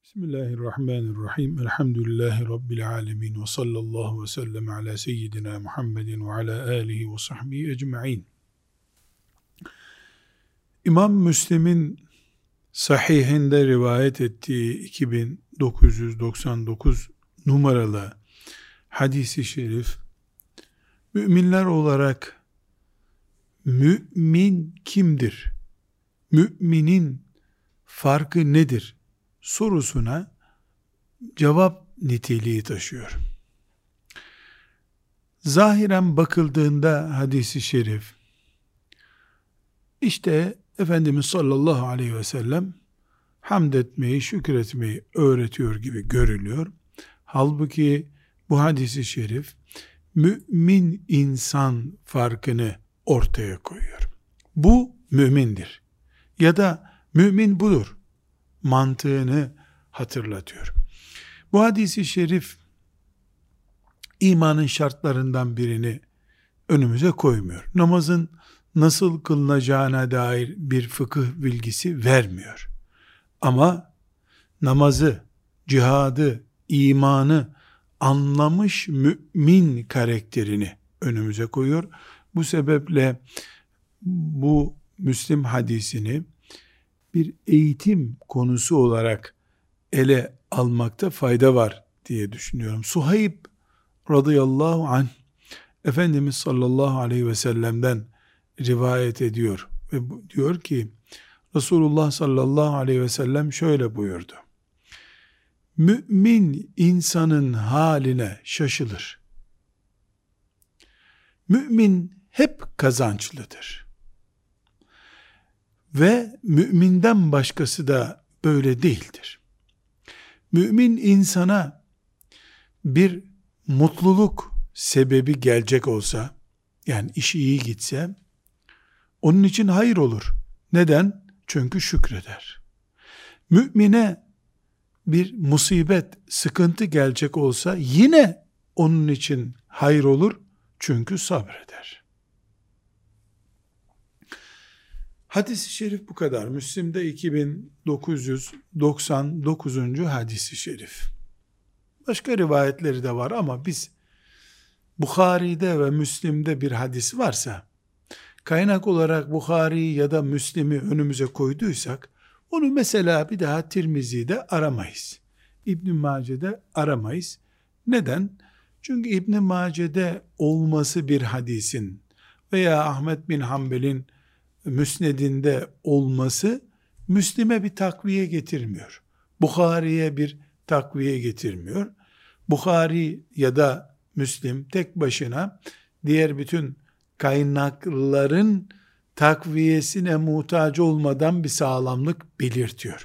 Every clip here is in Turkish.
Bismillahirrahmanirrahim. Elhamdülillahi Rabbil alemin. Ve sallallahu ve sellem ala seyyidina Muhammedin ve ala alihi ve sahbihi ecma'in. İmam Müslim'in sahihinde rivayet ettiği 2999 numaralı hadisi şerif, müminler olarak mümin kimdir? Müminin farkı nedir sorusuna cevap niteliği taşıyor. Zahiren bakıldığında hadisi şerif, işte Efendimiz sallallahu aleyhi ve sellem hamd etmeyi, şükretmeyi öğretiyor gibi görülüyor. Halbuki bu hadisi şerif, mümin insan farkını ortaya koyuyor. Bu mümindir ya da mümin budur mantığını hatırlatıyor. Bu hadisi şerif imanın şartlarından birini önümüze koymuyor. Namazın nasıl kılınacağına dair bir fıkıh bilgisi vermiyor. Ama namazı, cihadı, imanı anlamış mümin karakterini önümüze koyuyor. Bu sebeple bu Müslim hadisini bir eğitim konusu olarak ele almakta fayda var diye düşünüyorum. Suheyb radıyallahu anh Efendimiz sallallahu aleyhi ve sellem'den rivayet ediyor ve diyor ki Resulullah sallallahu aleyhi ve sellem şöyle buyurdu: mümin insanın haline şaşılır. Mümin hep kazançlıdır. Ve müminden başkası da böyle değildir. Mümin insana bir mutluluk sebebi gelecek olsa, yani işi iyi gitse, onun için hayır olur. Neden? Çünkü şükreder. Mümine bir musibet, sıkıntı gelecek olsa, yine onun için hayır olur. Çünkü sabreder. Hadis-i şerif bu kadar. Müslim'de 2999. hadis-i şerif. Başka rivayetleri de var ama biz Bukhari'de ve Müslim'de bir hadis varsa, kaynak olarak Bukhari ya da Müslim'i önümüze koyduysak, onu mesela bir daha Tirmizi'de aramayız. İbn Mace'de aramayız. Neden? Çünkü İbn Mace'de olması bir hadisin veya Ahmed bin Hanbel'in Müsned'inde olması Müslim'e bir takviye getirmiyor. Bukhari'ye bir takviye getirmiyor. Bukhari ya da Müslim tek başına diğer bütün kaynakların takviyesine muhtaç olmadan bir sağlamlık belirtiyor.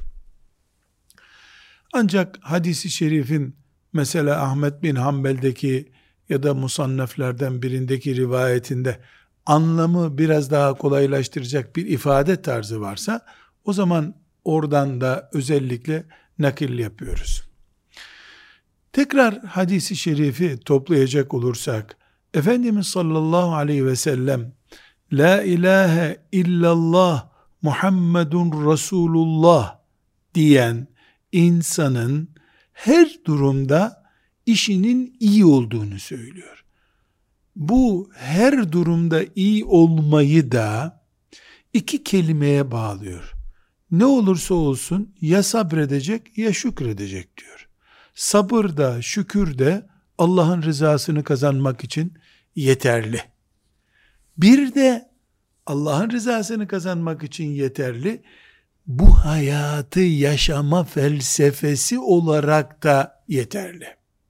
Ancak hadis-i şerifin mesela Ahmed bin Hanbel'deki ya da musanneflerden birindeki rivayetinde anlamı biraz daha kolaylaştıracak bir ifade tarzı varsa, o zaman oradan da özellikle nakil yapıyoruz. Tekrar hadisi şerifi toplayacak olursak, Efendimiz sallallahu aleyhi ve sellem La ilahe illallah Muhammedun Resulullah diyen insanın her durumda işinin iyi olduğunu söylüyor. Bu her durumda iyi olmayı da iki kelimeye bağlıyor. Ne olursa olsun ya sabredecek ya şükredecek diyor. Sabır da şükür de Allah'ın rızasını kazanmak için yeterli. Bir de Allah'ın rızasını kazanmak için yeterli, bu hayatı yaşama felsefesi olarak da yeterli.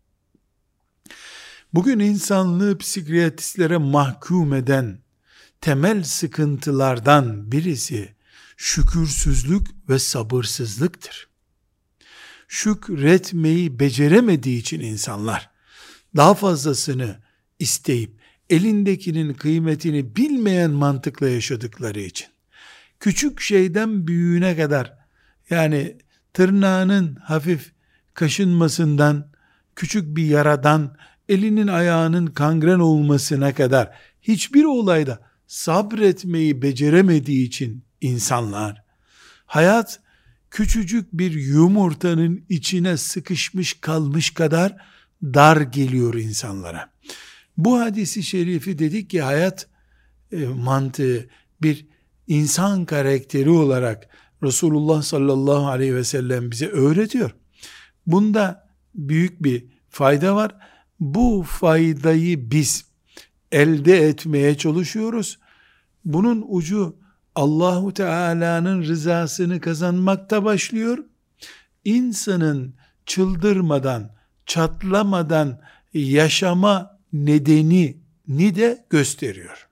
Bugün insanlığı psikiyatristlere mahkum eden temel sıkıntılardan birisi şükürsüzlük ve sabırsızlıktır. Şükretmeyi beceremediği için insanlar daha fazlasını isteyip elindekinin kıymetini bilmeyen mantıkla yaşadıkları için küçük şeyden büyüğüne kadar, yani tırnağının hafif kaşınmasından, küçük bir yaradan elinin ayağının kangren olmasına kadar hiçbir olayda sabretmeyi beceremediği için insanlar hayat küçücük bir yumurtanın içine sıkışmış kalmış kadar dar geliyor insanlara. Bu hadisi şerifi dedik ki hayat mantığı, bir insan karakteri olarak Resulullah sallallahu aleyhi ve sellem bize öğretiyor. Bunda büyük bir fayda var. Bu faydayı biz elde etmeye çalışıyoruz. Bunun ucu Allahu Teala'nın rızasını kazanmakta başlıyor. İnsanın çıldırmadan, çatlamadan yaşama nedenini de gösteriyor.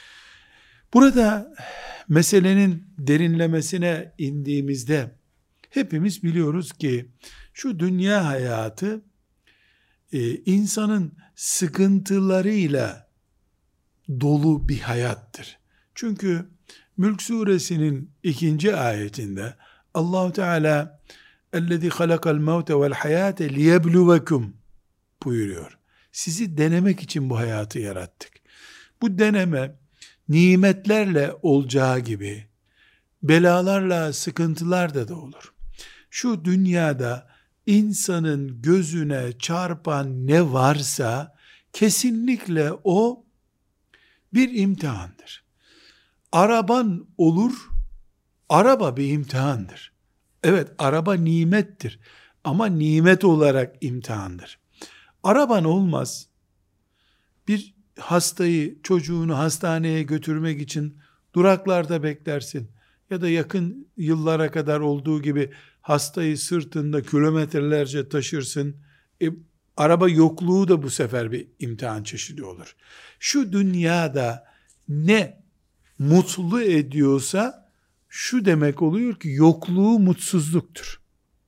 Burada meselenin derinlemesine indiğimizde hepimiz biliyoruz ki şu dünya hayatı insanın sıkıntılarıyla dolu bir hayattır. Çünkü Mülk suresinin 2. ayetinde Allah-u Teala اَلَّذِي خَلَقَ الْمَوْتَ وَالْحَيَاةَ لِيَبْلُوَكُمْ buyuruyor. Sizi denemek için bu hayatı yarattık. Bu deneme nimetlerle olacağı gibi belalarla, sıkıntılarla da olur. Şu dünyada insanın gözüne çarpan ne varsa kesinlikle o bir imtihandır. Araban olur, araba bir imtihandır. Evet, araba nimettir ama nimet olarak imtihandır. Araban olmaz, bir hastayı, çocuğunu hastaneye götürmek için duraklarda beklersin ya da yakın yıllara kadar olduğu gibi hastayı sırtında kilometrelerce taşırsın. Araba yokluğu da bu sefer bir imtihan çeşidi olur. Şu dünyada ne mutlu ediyorsa şu demek oluyor ki yokluğu mutsuzluktur.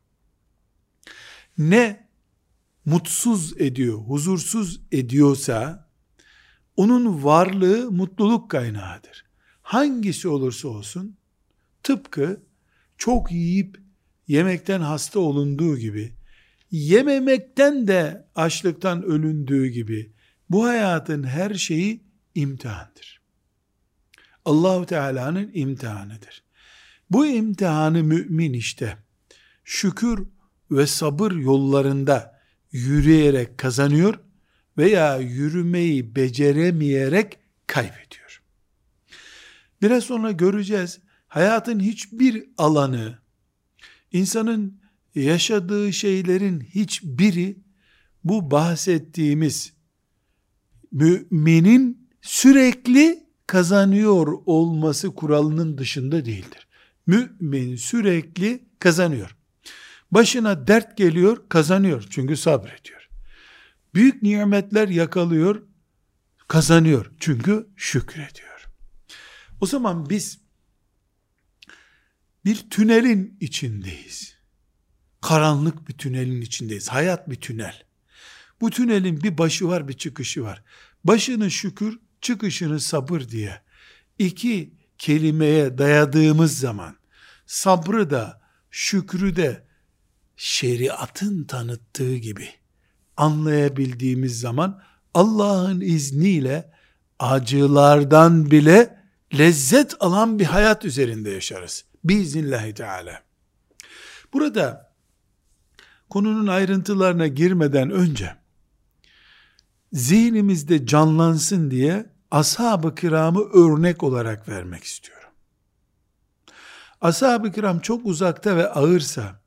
Ne mutsuz ediyor, huzursuz ediyorsa onun varlığı mutluluk kaynağıdır. Hangisi olursa olsun, tıpkı çok yiyip yemekten hasta olunduğu gibi, yememekten de açlıktan ölündüğü gibi, bu hayatın her şeyi imtihandır. Allah-u Teala'nın imtihanıdır. Bu imtihanı mümin işte şükür ve sabır yollarında yürüyerek kazanıyor veya yürümeyi beceremeyerek kaybediyor. Biraz sonra göreceğiz, hayatın hiçbir alanı, insanın yaşadığı şeylerin hiçbiri bu bahsettiğimiz müminin sürekli kazanıyor olması kuralının dışında değildir. Mümin sürekli kazanıyor. Başına dert geliyor, kazanıyor çünkü sabrediyor. Büyük nimetler yakalıyor, kazanıyor çünkü şükrediyor. O zaman biz bir tünelin içindeyiz. Karanlık bir tünelin içindeyiz. Hayat bir tünel. Bu tünelin bir başı var, bir çıkışı var. Başını şükür, çıkışını sabır diye iki kelimeye dayadığımız zaman, sabrı da şükrü de şeriatın tanıttığı gibi anlayabildiğimiz zaman Allah'ın izniyle acılardan bile lezzet alan bir hayat üzerinde yaşarız. Biiznillahü Teala. Burada konunun ayrıntılarına girmeden önce zihnimizde canlansın diye ashab-ı kiramı örnek olarak vermek istiyorum. Ashab-ı kiram çok uzakta ve ağırsa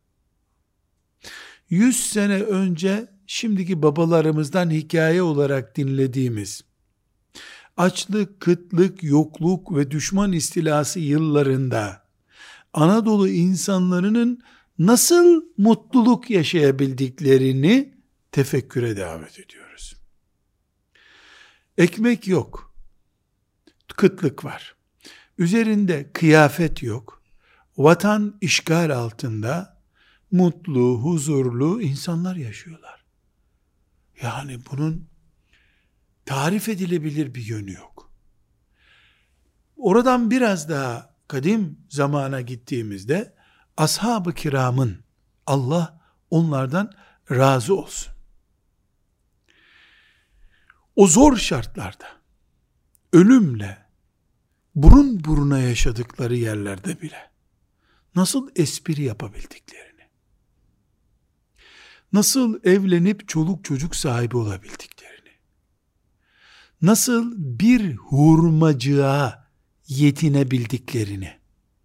100 sene önce şimdiki babalarımızdan hikaye olarak dinlediğimiz açlık, kıtlık, yokluk ve düşman istilası yıllarında Anadolu insanlarının nasıl mutluluk yaşayabildiklerini tefekküre davet ediyoruz. Ekmek yok, kıtlık var. Üzerinde kıyafet yok. Vatan işgal altında mutlu, huzurlu insanlar yaşıyorlar. Yani bunun tarif edilebilir bir yönü yok. Oradan biraz daha kadim zamana gittiğimizde ashab-ı kiramın, Allah onlardan razı olsun, o zor şartlarda ölümle burun buruna yaşadıkları yerlerde bile nasıl espri yapabildiklerini, nasıl evlenip çoluk çocuk sahibi olabildiklerini, nasıl bir hurmacığa yetinebildiklerini,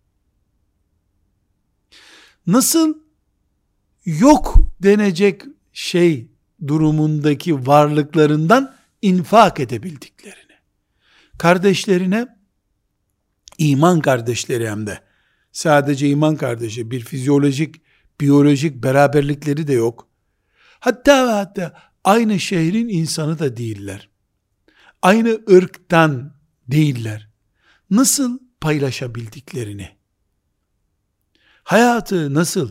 nasıl yok denecek şey durumundaki varlıklarından infak edebildiklerini, kardeşlerine, iman kardeşleri hem de, sadece iman kardeşi, bir fizyolojik, biyolojik beraberlikleri de yok. Hatta aynı şehrin insanı da değiller. Aynı ırktan değiller. Nasıl paylaşabildiklerini, hayatı nasıl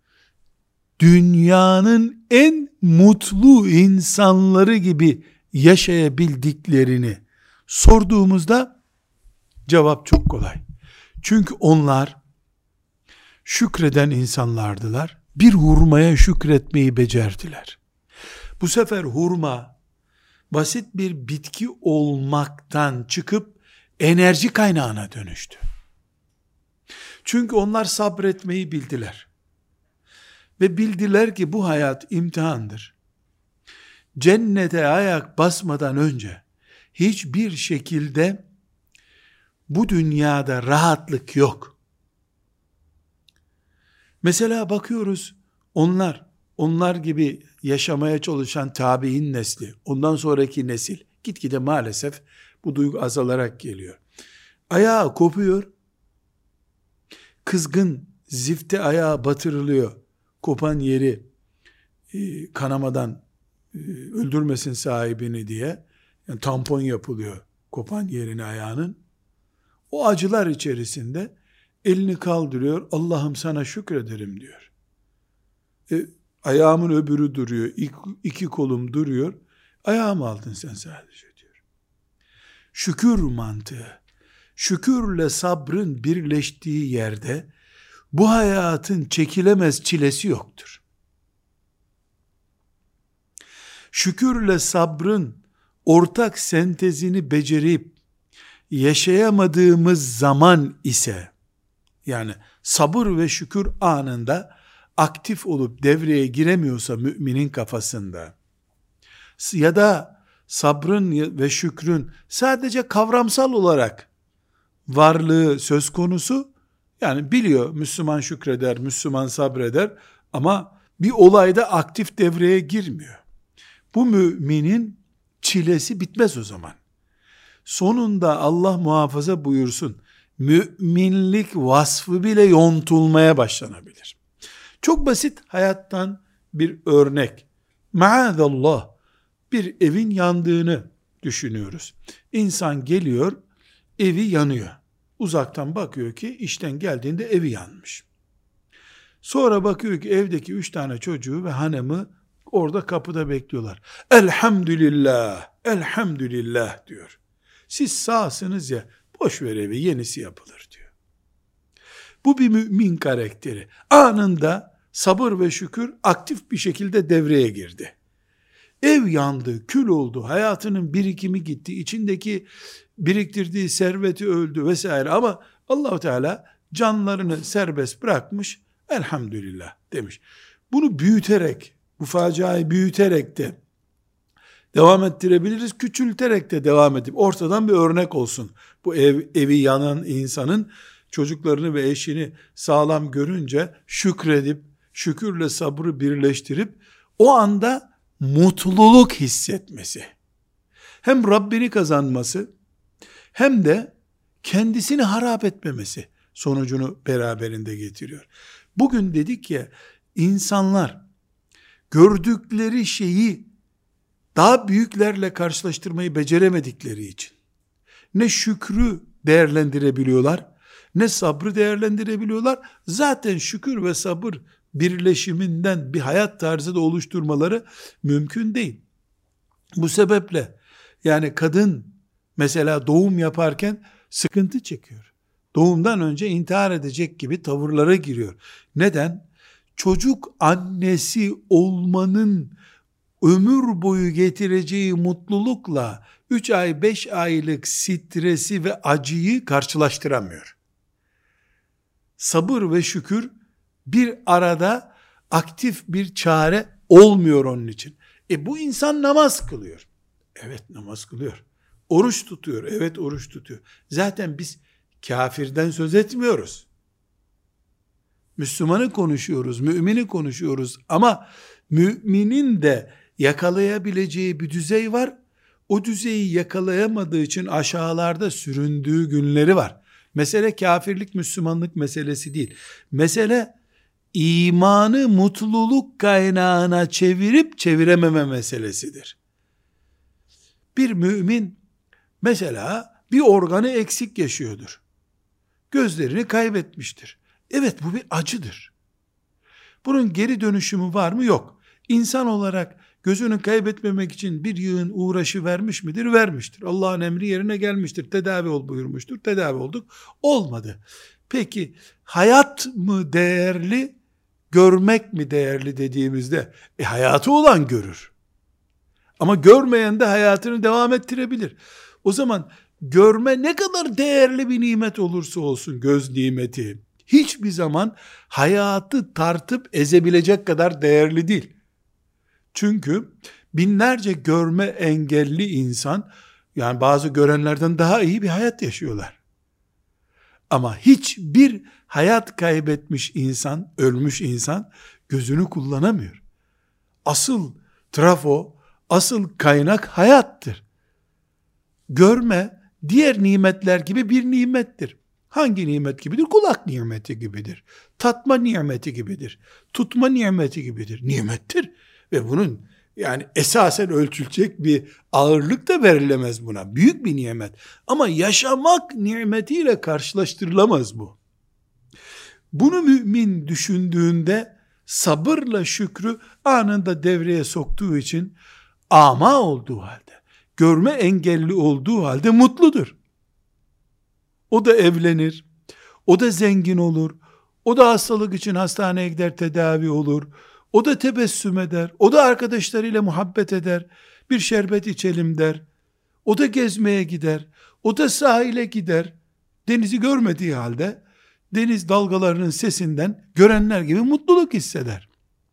dünyanın en mutlu insanları gibi yaşayabildiklerini sorduğumuzda cevap çok kolay. Çünkü onlar şükreden insanlardılar. Bir hurmaya şükretmeyi becerdiler. Bu sefer hurma basit bir bitki olmaktan çıkıp enerji kaynağına dönüştü. Çünkü onlar sabretmeyi bildiler. Ve bildiler ki bu hayat imtihandır. Cennete ayak basmadan önce hiçbir şekilde bu dünyada rahatlık yok. Mesela bakıyoruz, onlar gibi yaşamaya çalışan tabi'in nesli, ondan sonraki nesil gitgide maalesef bu duygu azalarak geliyor. Ayağı kopuyor, kızgın, zifte ayağı batırılıyor, kopan yeri kanamadan öldürmesin sahibini diye, yani tampon yapılıyor kopan yerine ayağının. O acılar içerisinde elini kaldırıyor, Allah'ım sana şükrederim diyor. Ayağımın öbürü duruyor, iki kolum duruyor, ayağımı aldın sen sadece diyor. Şükür mantığı, şükürle sabrın birleştiği yerde bu hayatın çekilemez çilesi yoktur. Şükürle sabrın ortak sentezini becerip yaşayamadığımız zaman ise, yani sabır ve şükür anında aktif olup devreye giremiyorsa müminin kafasında, ya da sabrın ve şükrün sadece kavramsal olarak varlığı söz konusu, yani biliyor Müslüman şükreder, Müslüman sabreder ama bir olayda aktif devreye girmiyor. Bu müminin çilesi bitmez o zaman. Sonunda Allah muhafaza buyursun, müminlik vasfı bile yontulmaya başlanabilir. Çok basit hayattan bir örnek. Maazallah, bir evin yandığını düşünüyoruz. İnsan geliyor, evi yanıyor. Uzaktan bakıyor ki işten geldiğinde evi yanmış. Sonra bakıyor ki evdeki 3 tane çocuğu ve hanımı orada kapıda bekliyorlar. Elhamdülillah, elhamdülillah diyor. Siz sağsınız ya, boş ver evi, yenisi yapılır diyor. Bu bir mümin karakteri. Anında sabır ve şükür aktif bir şekilde devreye girdi. Ev yandı, kül oldu, hayatının birikimi gitti, içindeki biriktirdiği serveti öldü vesaire, ama Allah-u Teala canlarını serbest bırakmış, elhamdülillah demiş. Bunu büyüterek, bu faciayı büyüterek de devam ettirebiliriz, küçülterek de devam edip ortadan bir örnek olsun. Bu evi yanan insanın çocuklarını ve eşini sağlam görünce şükredip, şükürle sabrı birleştirip o anda mutluluk hissetmesi. Hem Rabbini kazanması hem de kendisini harap etmemesi sonucunu beraberinde getiriyor. Bugün dedik ya, insanlar gördükleri şeyi daha büyüklerle karşılaştırmayı beceremedikleri için ne şükrü değerlendirebiliyorlar, ne sabrı değerlendirebiliyorlar. Zaten şükür ve sabır birleşiminden bir hayat tarzı da oluşturmaları mümkün değil. Bu sebeple yani kadın mesela doğum yaparken sıkıntı çekiyor. Doğumdan önce intihar edecek gibi tavırlara giriyor. Neden? Çocuk annesi olmanın ömür boyu getireceği mutlulukla 3 ay 5 aylık stresi ve acıyı karşılaştıramıyor. Sabır ve şükür bir arada aktif bir çare olmuyor onun için. Bu insan namaz kılıyor. Evet, namaz kılıyor. Oruç tutuyor. Evet, oruç tutuyor. Zaten biz kafirden söz etmiyoruz. Müslümanı konuşuyoruz, mümini konuşuyoruz ama müminin de yakalayabileceği bir düzey var. O düzeyi yakalayamadığı için aşağılarda süründüğü günleri var. Mesele kafirlik, Müslümanlık meselesi değil. Mesele imanı mutluluk kaynağına çevirip çevirememe meselesidir. Bir mümin mesela bir organı eksik yaşıyordur. Gözlerini kaybetmiştir. Evet, bu bir acıdır. Bunun geri dönüşümü var mı? Yok. İnsan olarak gözünü kaybetmemek için bir yığın uğraşı vermiş midir? Vermiştir. Allah'ın emri yerine gelmiştir. Tedavi ol buyurmuştur. Tedavi olduk. Olmadı. Peki hayat mı değerli, görmek mi değerli dediğimizde hayatı olan görür. Ama görmeyen de hayatını devam ettirebilir. O zaman görme ne kadar değerli bir nimet olursa olsun, göz nimeti hiçbir zaman hayatı tartıp ezebilecek kadar değerli değil. Çünkü binlerce görme engelli insan, yani bazı görenlerden daha iyi bir hayat yaşıyorlar. Ama hiçbir hayat kaybetmiş insan, ölmüş insan gözünü kullanamıyor. Asıl trafo, asıl kaynak hayattır. Görme diğer nimetler gibi bir nimettir. Hangi nimet gibidir? Kulak nimeti gibidir. Tatma nimeti gibidir. Tutma nimeti gibidir. Nimettir. Ve bunun yani esasen ölçülecek bir ağırlık da verilemez buna. Büyük bir nimet. Ama yaşamak nimetiyle karşılaştırılamaz bu. Bunu mümin düşündüğünde sabırla şükrü anında devreye soktuğu için ama olduğu halde, görme engelli olduğu halde mutludur. O da evlenir, o da zengin olur, o da hastalık için hastaneye gider, tedavi olur, o da tebessüm eder, o da arkadaşlarıyla muhabbet eder, bir şerbet içelim der, o da gezmeye gider, o da sahile gider, denizi görmediği halde, deniz dalgalarının sesinden görenler gibi mutluluk hisseder.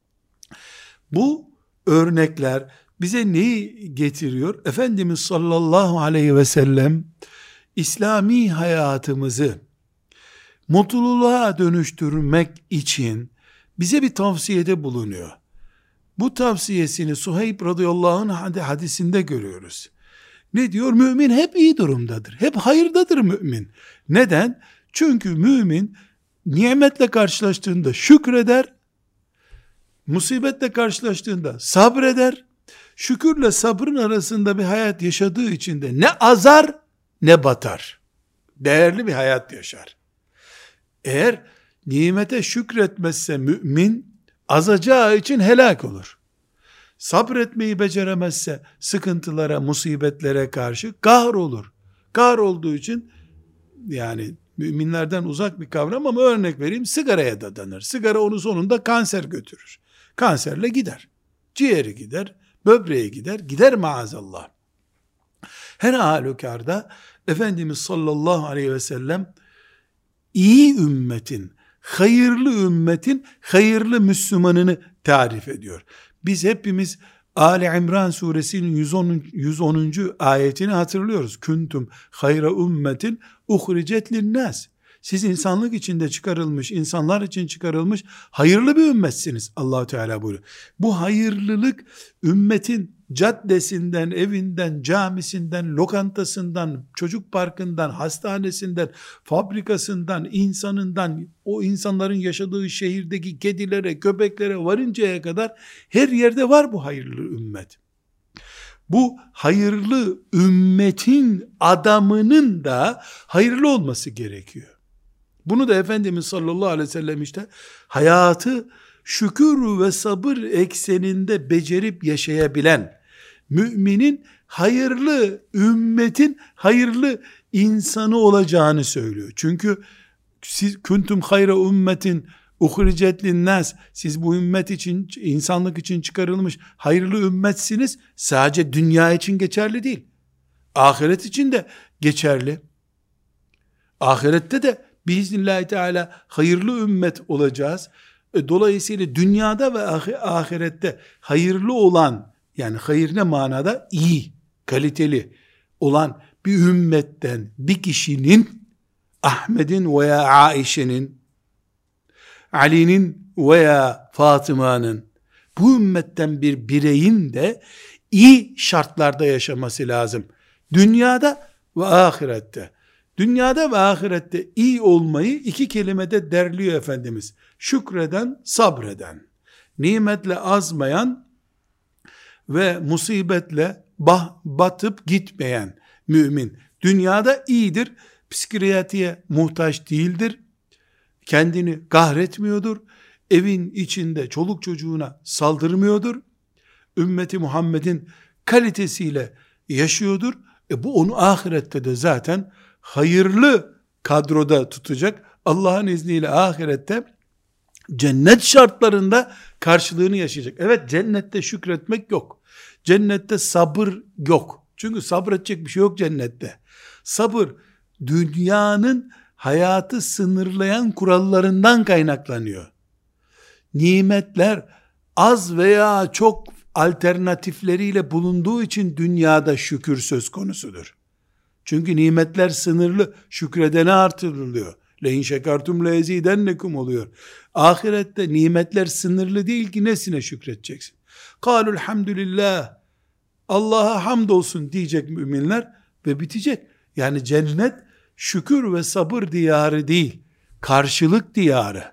Bu örnekler bize neyi getiriyor? Efendimiz sallallahu aleyhi ve sellem, İslami hayatımızı mutluluğa dönüştürmek için bize bir tavsiyede bulunuyor. Bu tavsiyesini Suheyb radıyallahu anh hadisinde görüyoruz. Ne diyor? Mümin hep iyi durumdadır. Hep hayırdadır mümin. Neden? Çünkü mümin nimetle karşılaştığında şükreder, musibetle karşılaştığında sabreder, şükürle sabrın arasında bir hayat yaşadığı için de ne azar ne batar. Değerli bir hayat yaşar. Eğer nimete şükretmezse mümin azacağı için helak olur. Sabretmeyi beceremezse sıkıntılara, musibetlere karşı kahrolur. Kahrolduğu için yani müminlerden uzak bir kavram ama örnek vereyim, sigaraya dadanır. Sigara onu sonunda kanser götürür. Kanserle gider. Ciğeri gider, böbreği gider, gider maazallah. Her halükarda Efendimiz sallallahu aleyhi ve sellem iyi ümmetin, hayırlı ümmetin, hayırlı Müslümanını tarif ediyor. Biz hepimiz Ali İmran suresinin 110. ayetini hatırlıyoruz. Kuntum hayra ümmetin uhricet linnas. Siz insanlık içinde çıkarılmış, insanlar için çıkarılmış hayırlı bir ümmetsiniz. Allah Teala buyuruyor. Bu hayırlılık ümmetin caddesinden, evinden, camisinden, lokantasından, çocuk parkından, hastanesinden, fabrikasından, insanından, o insanların yaşadığı şehirdeki kedilere, köpeklere varıncaya kadar her yerde var bu hayırlı ümmet. Bu hayırlı ümmetin adamının da hayırlı olması gerekiyor. Bunu da Efendimiz sallallahu aleyhi ve sellem işte hayatı şükür ve sabır ekseninde becerip yaşayabilen müminin hayırlı ümmetin hayırlı insanı olacağını söylüyor. Çünkü siz kuntum hayra ümmetin uhricet linnas, siz bu ümmet için, insanlık için çıkarılmış hayırlı ümmetsiniz. Sadece dünya için geçerli değil. Ahiret için de geçerli. Ahirette de Biiznillahü Teala hayırlı ümmet olacağız. Dolayısıyla dünyada ve ahirette hayırlı olan, yani hayır ne manada? İyi, kaliteli olan bir ümmetten bir kişinin, Ahmet'in veya Aişe'nin, Ali'nin veya Fatıma'nın, bu ümmetten bir bireyin de iyi şartlarda yaşaması lazım. Dünyada ve ahirette. Dünyada ve ahirette iyi olmayı iki kelimede derliyor Efendimiz. Şükreden, sabreden, nimetle azmayan ve musibetle batıp gitmeyen mümin. Dünyada iyidir, psikiyatriye muhtaç değildir, kendini kahretmiyordur, evin içinde çoluk çocuğuna saldırmıyordur, ümmeti Muhammed'in kalitesiyle yaşıyordur. Bu onu ahirette de zaten hayırlı kadroda tutacak. Allah'ın izniyle ahirette cennet şartlarında karşılığını yaşayacak. Evet, cennette şükretmek yok. Cennette sabır yok. Çünkü sabredecek bir şey yok cennette. Sabır dünyanın hayatı sınırlayan kurallarından kaynaklanıyor. Nimetler az veya çok alternatifleriyle bulunduğu için dünyada şükür söz konusudur. Çünkü nimetler sınırlı, şükredene artırılıyor. Lehin şekertum lezidennekum oluyor. Ahirette nimetler sınırlı değil ki, nesine şükredeceksin? Kâlul hamdülillah, Allah'a hamdolsun diyecek müminler ve bitecek. Yani cennet şükür ve sabır diyarı değil, karşılık diyarı.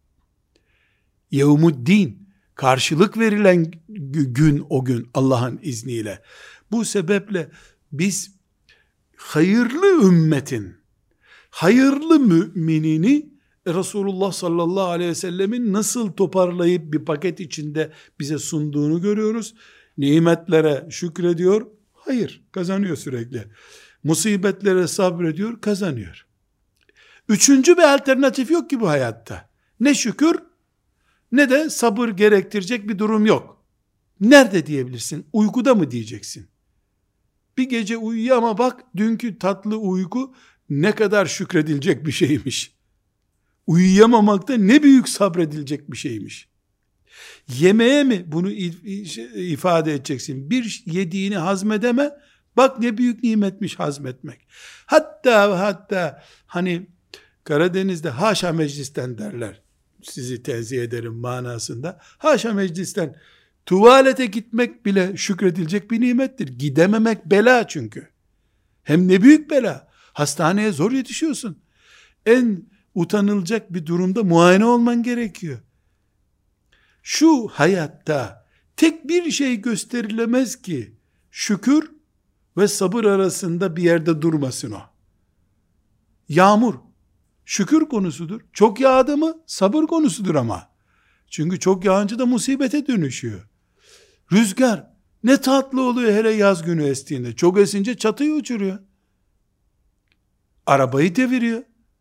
Yevmuddin, karşılık verilen gün o gün Allah'ın izniyle. Bu sebeple biz hayırlı ümmetin, hayırlı müminini Resulullah sallallahu aleyhi ve sellemin nasıl toparlayıp bir paket içinde bize sunduğunu görüyoruz. Nimetlere şükrediyor, hayır kazanıyor sürekli. Musibetlere sabrediyor, kazanıyor. Üçüncü bir alternatif yok ki bu hayatta. Ne şükür ne de sabır gerektirecek bir durum yok. Nerede diyebilirsin? Uykuda mı diyeceksin? Bir gece uyuyor ama bak dünkü tatlı uyku ne kadar şükredilecek bir şeymiş. Uyuyamamakta ne büyük sabredilecek bir şeymiş. Yemeğe mi bunu ifade edeceksin? Bir yediğini hazmedeme, bak ne büyük nimetmiş hazmetmek. Hatta hani Karadeniz'de haşa meclisten derler. Sizi tenzih ederim manasında. Haşa meclisten tuvalete gitmek bile şükredilecek bir nimettir. Gidememek bela çünkü. Hem ne büyük bela. Hastaneye zor yetişiyorsun. En utanılacak bir durumda muayene olman gerekiyor. Şu hayatta tek bir şey gösterilemez ki şükür ve sabır arasında bir yerde durmasın o. Yağmur şükür konusudur. Çok yağdı mı sabır konusudur ama. Çünkü çok yağınca da musibete dönüşüyor. Rüzgar ne tatlı oluyor hele yaz günü estiğinde. Çok esince çatıyı uçuruyor. Arabayı deviriyor.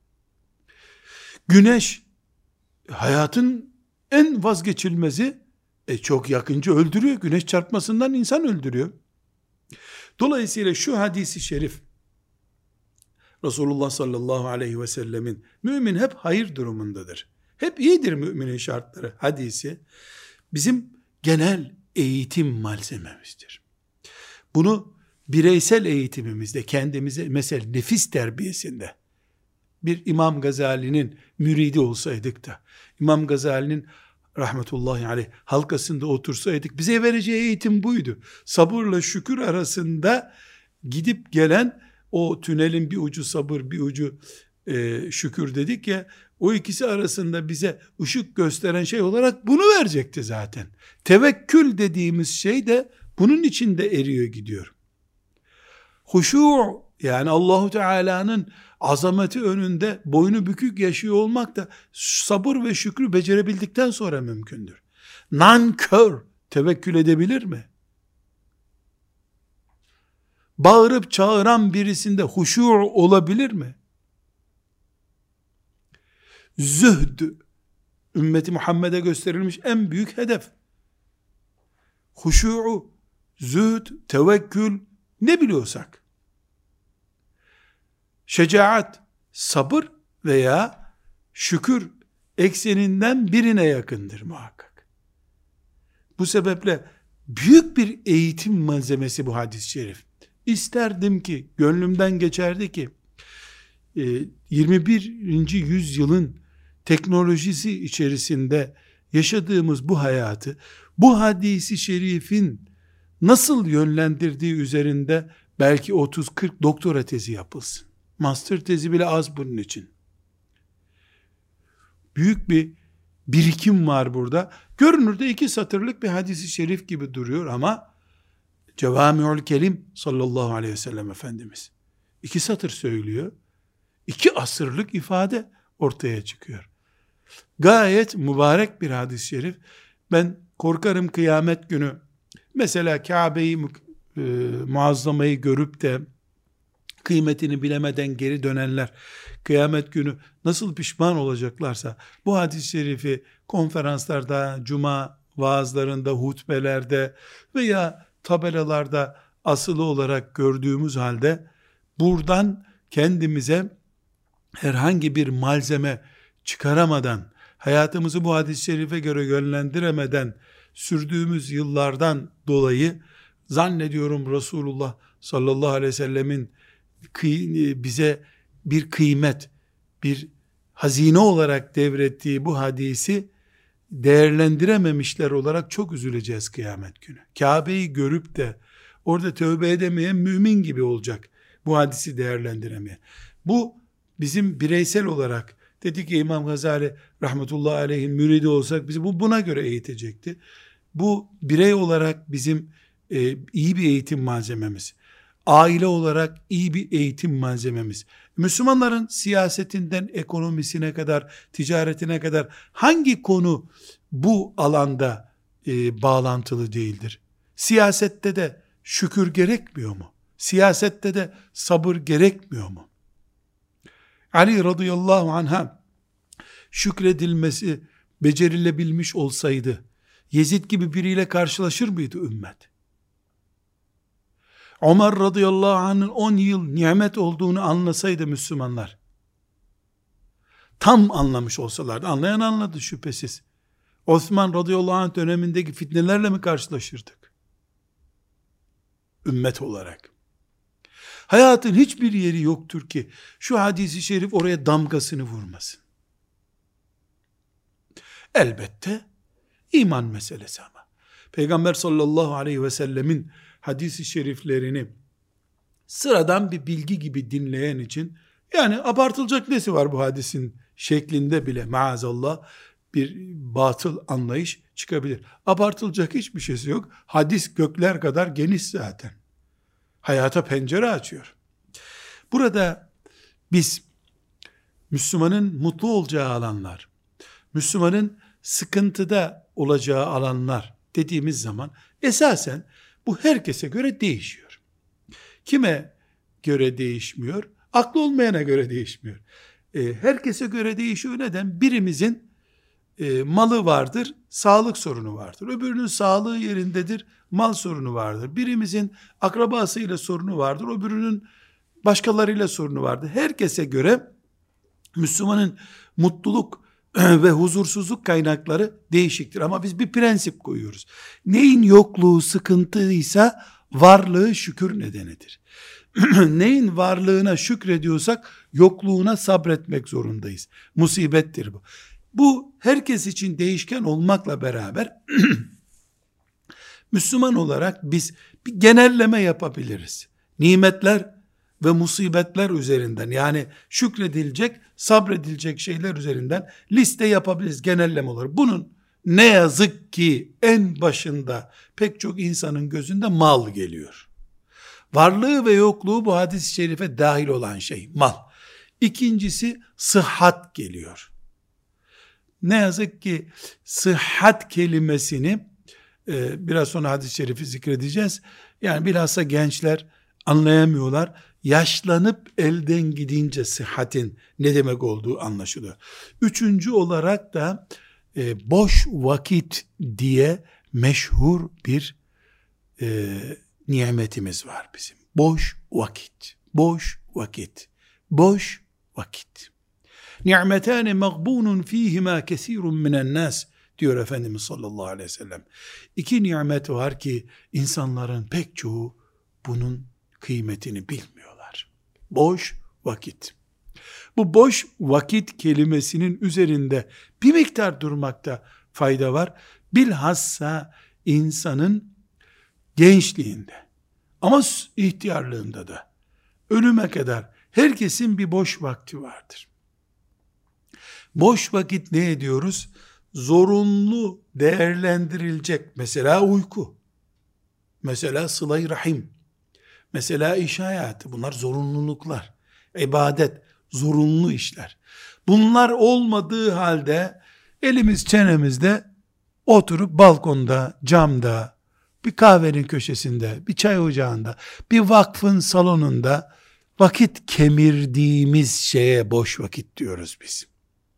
Güneş hayatın en vazgeçilmezi, çok yakınca öldürüyor. Güneş çarpmasından insan öldürüyor. Dolayısıyla şu hadisi şerif, Resulullah sallallahu aleyhi ve sellemin mümin hep hayır durumundadır. Hep iyidir müminin şartları hadisi bizim genel eğitim malzememizdir. Bunu bireysel eğitimimizde kendimize, mesela nefis terbiyesinde bir İmam Gazali'nin müridi olsaydık da İmam Gazali'nin rahmetullahi aleyh halkasında otursaydık bize vereceği eğitim buydu. Sabırla şükür arasında gidip gelen, o tünelin bir ucu sabır bir ucu şükür dedik ya, o ikisi arasında bize ışık gösteren şey olarak bunu verecekti zaten. Tevekkül dediğimiz şey de bunun içinde eriyor gidiyor. Huşu, yani Allahu Teala'nın azameti önünde boynu bükük yaşıyor olmak da sabır ve şükrü becerebildikten sonra mümkündür. Nankör tevekkül edebilir mi? Bağırıp çağıran birisinde huşu olabilir mi? Zühd, ümmeti Muhammed'e gösterilmiş en büyük hedef. Huşu, zühd, tevekkül, ne biliyorsak. Şecaat, sabır veya şükür ekseninden birine yakındır muhakkak. Bu sebeple büyük bir eğitim malzemesi bu hadis-i şerif. İsterdim ki, gönlümden geçerdi ki 21. yüzyılın teknolojisi içerisinde yaşadığımız bu hayatı, bu hadisi şerifin nasıl yönlendirdiği üzerinde belki 30-40 doktora tezi yapılsın. Master tezi bile az bunun için. Büyük bir birikim var burada. Görünürde 2 satırlık bir hadisi şerif gibi duruyor ama Cevami'ül Kelim sallallahu aleyhi ve sellem Efendimiz 2 satır söylüyor. 2 asırlık ifade ortaya çıkıyor. Gayet mübarek bir hadis-i şerif. Ben korkarım kıyamet günü mesela Kabe'yi muazzamayı görüp de kıymetini bilemeden geri dönenler kıyamet günü nasıl pişman olacaklarsa bu hadis-i şerifi konferanslarda, cuma vaazlarında, hutbelerde veya tabelalarda asılı olarak gördüğümüz halde buradan kendimize herhangi bir malzeme çıkaramadan, hayatımızı bu hadis-i şerife göre yönlendiremeden sürdüğümüz yıllardan dolayı zannediyorum Resulullah sallallahu aleyhi ve sellemin bize bir kıymet, bir hazine olarak devrettiği bu hadisi değerlendirememişler olarak çok üzüleceğiz kıyamet günü. Kabe'yi görüp de orada tövbe edemeyen mümin gibi olacak bu hadisi değerlendiremeyen. Bu bizim bireysel olarak, dedi ki İmam Gazali rahmetullahi aleyhin müridi olsak bizi buna göre eğitecekti. Bu birey olarak bizim iyi bir eğitim malzememiz. Aile olarak iyi bir eğitim malzememiz. Müslümanların siyasetinden ekonomisine kadar, ticaretine kadar hangi konu bu alanda bağlantılı değildir? Siyasette de şükür gerekmiyor mu? Siyasette de sabır gerekmiyor mu? Ali radıyallahu anh'a şükredilmesi becerilebilmiş olsaydı, Yezid gibi biriyle karşılaşır mıydı ümmet? Ömer radıyallahu anh'ın 10 yıl nimet olduğunu anlasaydı Müslümanlar, tam anlamış olsalardı, anlayan anladı şüphesiz. Osman radıyallahu anh dönemindeki fitnelerle mi karşılaşırdık? Ümmet olarak. Hayatın hiçbir yeri yoktur ki şu hadisi şerif oraya damgasını vurmasın. Elbette iman meselesi ama. Peygamber sallallahu aleyhi ve sellemin hadisi şeriflerini sıradan bir bilgi gibi dinleyen için, yani abartılacak nesi var bu hadisin şeklinde bile maazallah bir batıl anlayış çıkabilir. Abartılacak hiçbir şeysi yok. Hadis gökler kadar geniş zaten. Hayata pencere açıyor. Burada biz Müslümanın mutlu olacağı alanlar, Müslümanın sıkıntıda olacağı alanlar dediğimiz zaman esasen bu herkese göre değişiyor. Kime göre değişmiyor? Aklı olmayana göre değişmiyor. Herkese göre değişiyor. Neden? Birimizin malı vardır, sağlık sorunu vardır. Öbürünün sağlığı yerindedir, mal sorunu vardır. Birimizin akrabasıyla sorunu vardır, öbürünün başkalarıyla sorunu vardır. Herkese göre Müslümanın mutluluk ve huzursuzluk kaynakları değişiktir. Ama biz bir prensip koyuyoruz. Neyin yokluğu sıkıntıysa varlığı şükür nedenidir. Neyin varlığına şükrediyorsak yokluğuna sabretmek zorundayız. Musibettir bu. Bu herkes için değişken olmakla beraber Müslüman olarak biz bir genelleme yapabiliriz. Nimetler ve musibetler üzerinden, yani şükredilecek, sabredilecek şeyler üzerinden liste yapabiliriz genelleme olarak. Bunun ne yazık ki en başında pek çok insanın gözünde mal geliyor. Varlığı ve yokluğu bu hadis-i şerife dahil olan şey mal. İkincisi sıhhat geliyor. Ne yazık ki sıhhat kelimesini biraz sonra hadis-i şerifi zikredeceğiz. Yani bilhassa gençler anlayamıyorlar. Yaşlanıp elden gidince sıhhatin ne demek olduğu anlaşılıyor. Üçüncü olarak da boş vakit diye meşhur bir nimetimiz var bizim. Boş vakit, boş vakit, boş vakit. Ni'metâne mağbûnun fîhimâ kesîrun minen nâs diyor Efendimiz sallallahu aleyhi ve sellem. İki nimet var ki insanların pek çoğu bunun kıymetini bilmiyorlar. Boş vakit. Bu boş vakit kelimesinin üzerinde bir miktar durmakta fayda var. Bilhassa insanın gençliğinde ama ihtiyarlığında da ölüme kadar herkesin bir boş vakti vardır. Boş vakit ne ediyoruz? Zorunlu değerlendirilecek, mesela uyku, mesela sıla-i rahim, mesela iş hayatı, bunlar zorunluluklar, ibadet, zorunlu işler. Bunlar olmadığı halde elimiz çenemizde oturup balkonda, camda, bir kahvenin köşesinde, bir çay ocağında, bir vakfın salonunda vakit kemirdiğimiz şeye boş vakit diyoruz biz.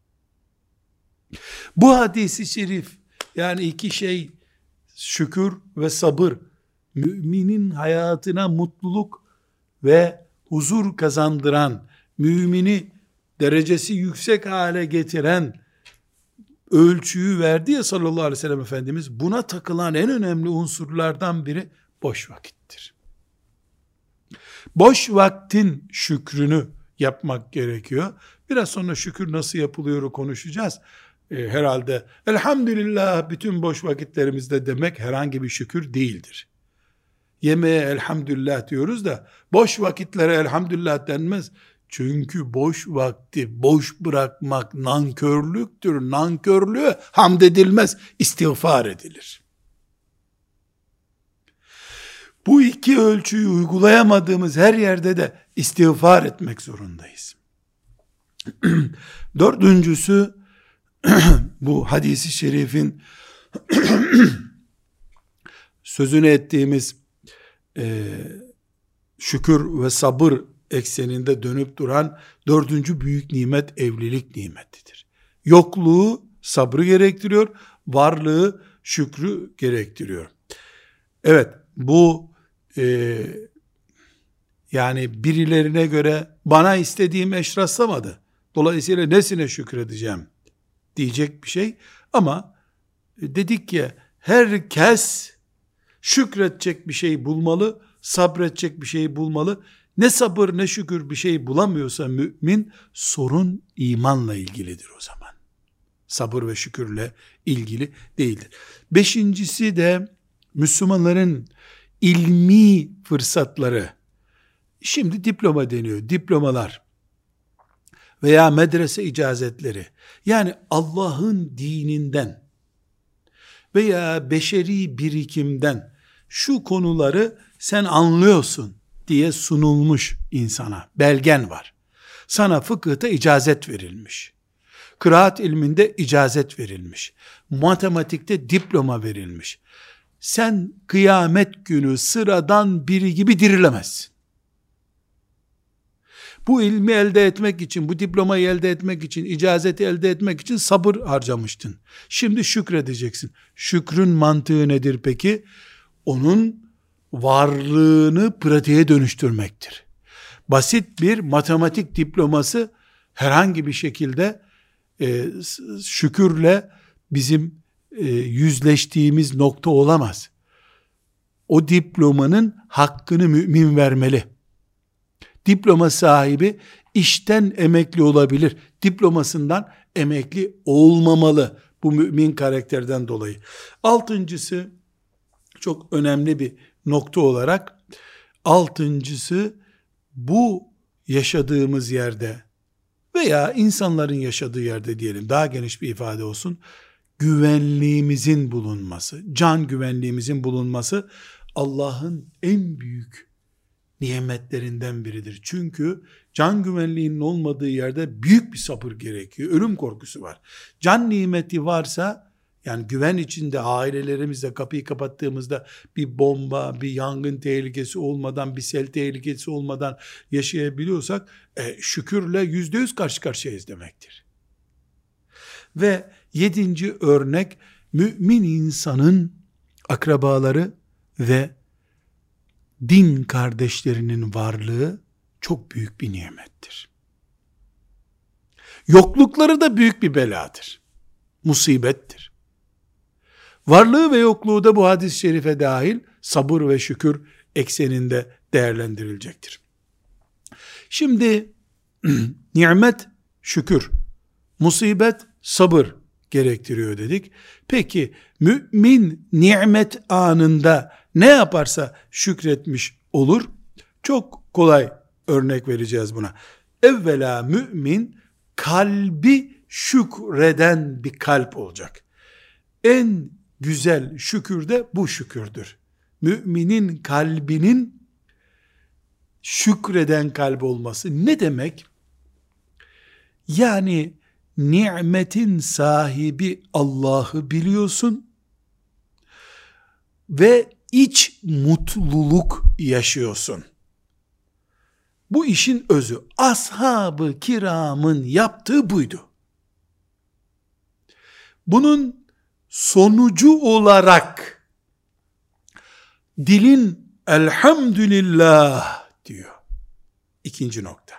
Bu hadis-i şerif, yani iki şey, şükür ve sabır, müminin hayatına mutluluk ve huzur kazandıran, mümini derecesi yüksek hale getiren ölçüyü verdi ya sallallahu aleyhi ve sellem Efendimiz. Buna takılan en önemli unsurlardan biri boş vakittir. Boş vaktin şükrünü yapmak gerekiyor. Biraz sonra şükür nasıl yapılıyor konuşacağız. Herhalde elhamdülillah bütün boş vakitlerimizde demek herhangi bir şükür değildir. Yemeğe elhamdülillah diyoruz da boş vakitlere elhamdülillah denmez. Çünkü boş vakti boş bırakmak nankörlüktür. Nankörlüğe hamd edilmez, istiğfar edilir. Bu iki ölçüyü uygulayamadığımız her yerde de istiğfar etmek zorundayız. Dördüncüsü, bu hadisi şerifin sözünü ettiğimiz şükür ve sabır ekseninde dönüp duran dördüncü büyük nimet evlilik nimetidir. Yokluğu sabrı gerektiriyor, varlığı şükrü gerektiriyor. Evet, bu yani birilerine göre bana istediğim eş rastlamadı, dolayısıyla nesine şükredeceğim diyecek bir şey. Ama dedik ki herkes şükredecek bir şey bulmalı, sabredecek bir şey bulmalı. Ne sabır ne şükür bir şey bulamıyorsa mümin, sorun imanla ilgilidir o zaman. Sabır ve şükürle ilgili değildir. Beşincisi de Müslümanların ilmi fırsatları. Şimdi diploma deniyor. Diplomalar veya medrese icazetleri. Yani Allah'ın dininden veya beşeri birikimden şu konuları sen anlıyorsun diye sunulmuş insana. Belgen var. Sana fıkıhta icazet verilmiş. Kıraat ilminde icazet verilmiş. Matematikte diploma verilmiş. Sen kıyamet günü sıradan biri gibi dirilemezsin. Bu ilmi elde etmek için, bu diplomayı elde etmek için, icazeti elde etmek için sabır harcamıştın. Şimdi şükredeceksin. Şükrün mantığı nedir peki? Onun varlığını pratiğe dönüştürmektir. Basit bir matematik diploması herhangi bir şekilde şükürle bizim yüzleştiğimiz nokta olamaz. O diplomanın hakkını mümin vermeli. Diploma sahibi işten emekli olabilir. Diplomasından emekli olmamalı bu mümin karakterden dolayı. Altıncısı, çok önemli bir nokta olarak, altıncısı, bu yaşadığımız yerde veya insanların yaşadığı yerde diyelim, daha geniş bir ifade olsun, güvenliğimizin bulunması, can güvenliğimizin bulunması Allah'ın en büyük nimetlerinden biridir. Çünkü can güvenliğinin olmadığı yerde büyük bir sabır gerekiyor. Ölüm korkusu var. Can nimeti varsa, yani güven içinde ailelerimizde kapıyı kapattığımızda bir bomba, bir yangın tehlikesi olmadan, bir sel tehlikesi olmadan yaşayabiliyorsak, şükürle %100 karşı karşıyayız demektir. Ve 7. örnek, mümin insanın akrabaları ve din kardeşlerinin varlığı çok büyük bir nimettir. Yoklukları da büyük bir beladır. Musibettir. Varlığı ve yokluğu da bu hadis-i şerife dahil sabır ve şükür ekseninde değerlendirilecektir. Şimdi nimet şükür, musibet sabır gerektiriyor dedik. Peki mümin nimet anında ne yaparsa şükretmiş olur? Çok kolay örnek vereceğiz buna. Evvela mümin kalbi şükreden bir kalp olacak. En güzel şükür de bu şükürdür. Müminin kalbinin şükreden kalp olması ne demek? Yani nimetin sahibi Allah'ı biliyorsun ve iç mutluluk yaşıyorsun. Bu işin özü. Ashab-ı kiramın yaptığı buydu. Bunun sonucu olarak dilin elhamdülillah diyor. İkinci nokta.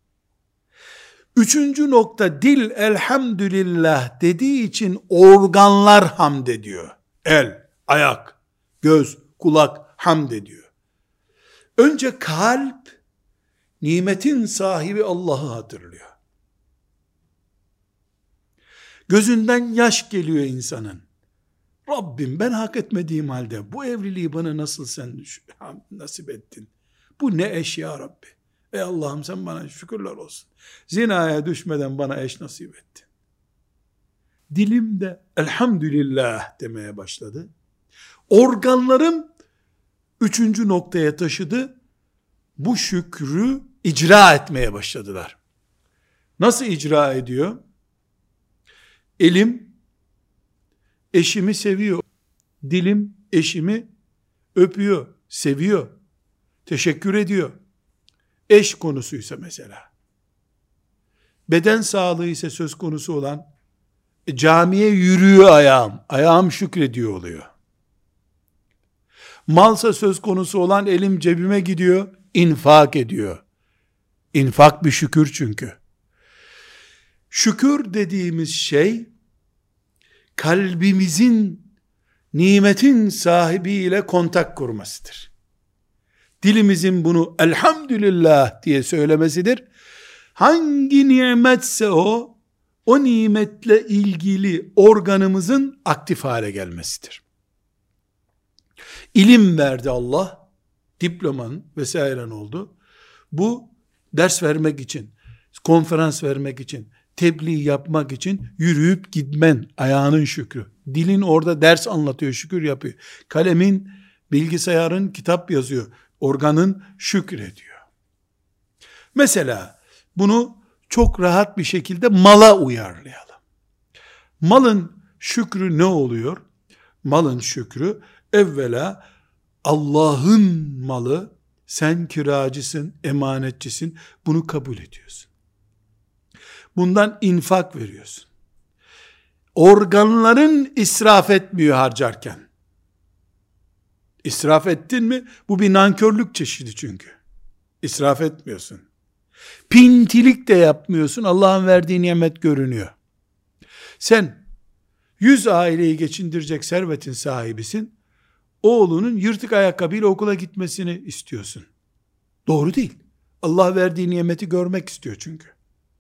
Üçüncü nokta, dil elhamdülillah dediği için organlar hamd ediyor. El, ayak, göz, kulak hamd ediyor. Önce kalp nimetin sahibi Allah'ı hatırlıyor. Gözünden yaş geliyor insanın. Rabbim, ben hak etmediğim halde bu evliliği bana nasıl sen nasip ettin? Bu ne eş ya Rabbi? Ey Allah'ım, sen bana şükürler olsun. Zinaya düşmeden bana eş nasip ettin. Dilim de elhamdülillah demeye başladı. Organlarım üçüncü noktaya taşıdı. Bu şükrü icra etmeye başladılar. Nasıl icra ediyor? Elim eşimi seviyor. Dilim eşimi öpüyor, seviyor, teşekkür ediyor. Eş konusuysa mesela. Beden sağlığı ise söz konusu olan, camiye yürüyor ayağım. Ayağım şükrediyor oluyor. Malsa söz konusu olan, elim cebime gidiyor, infak ediyor. İnfak bir şükür çünkü. Şükür dediğimiz şey, kalbimizin nimetin sahibiyle kontak kurmasıdır. Dilimizin bunu elhamdülillah diye söylemesidir. Hangi nimetse o nimetle ilgili organımızın aktif hale gelmesidir. İlim verdi Allah, diploman vesairen oldu. Bu ders vermek için, konferans vermek için, tebliğ yapmak için yürüyüp gitmen, ayağının şükrü. Dilin orada ders anlatıyor, şükür yapıyor. Kalemin, bilgisayarın kitap yazıyor, organın şükrediyor. Mesela bunu çok rahat bir şekilde mala uyarlayalım. Malın şükrü ne oluyor? Malın şükrü evvela Allah'ın malı, sen kiracısın, emanetçisin, bunu kabul ediyorsun. Bundan infak veriyorsun. Organların israf etmiyor harcarken. İsraf ettin mi? Bu bir nankörlük çeşidi çünkü. İsraf etmiyorsun. Pintilik de yapmıyorsun. Allah'ın verdiği nimet görünüyor. Sen 100 aileyi geçindirecek servetin sahibisin. Oğlunun yırtık ayakkabıyla okula gitmesini istiyorsun. Doğru değil. Allah verdiği nimeti görmek istiyor çünkü.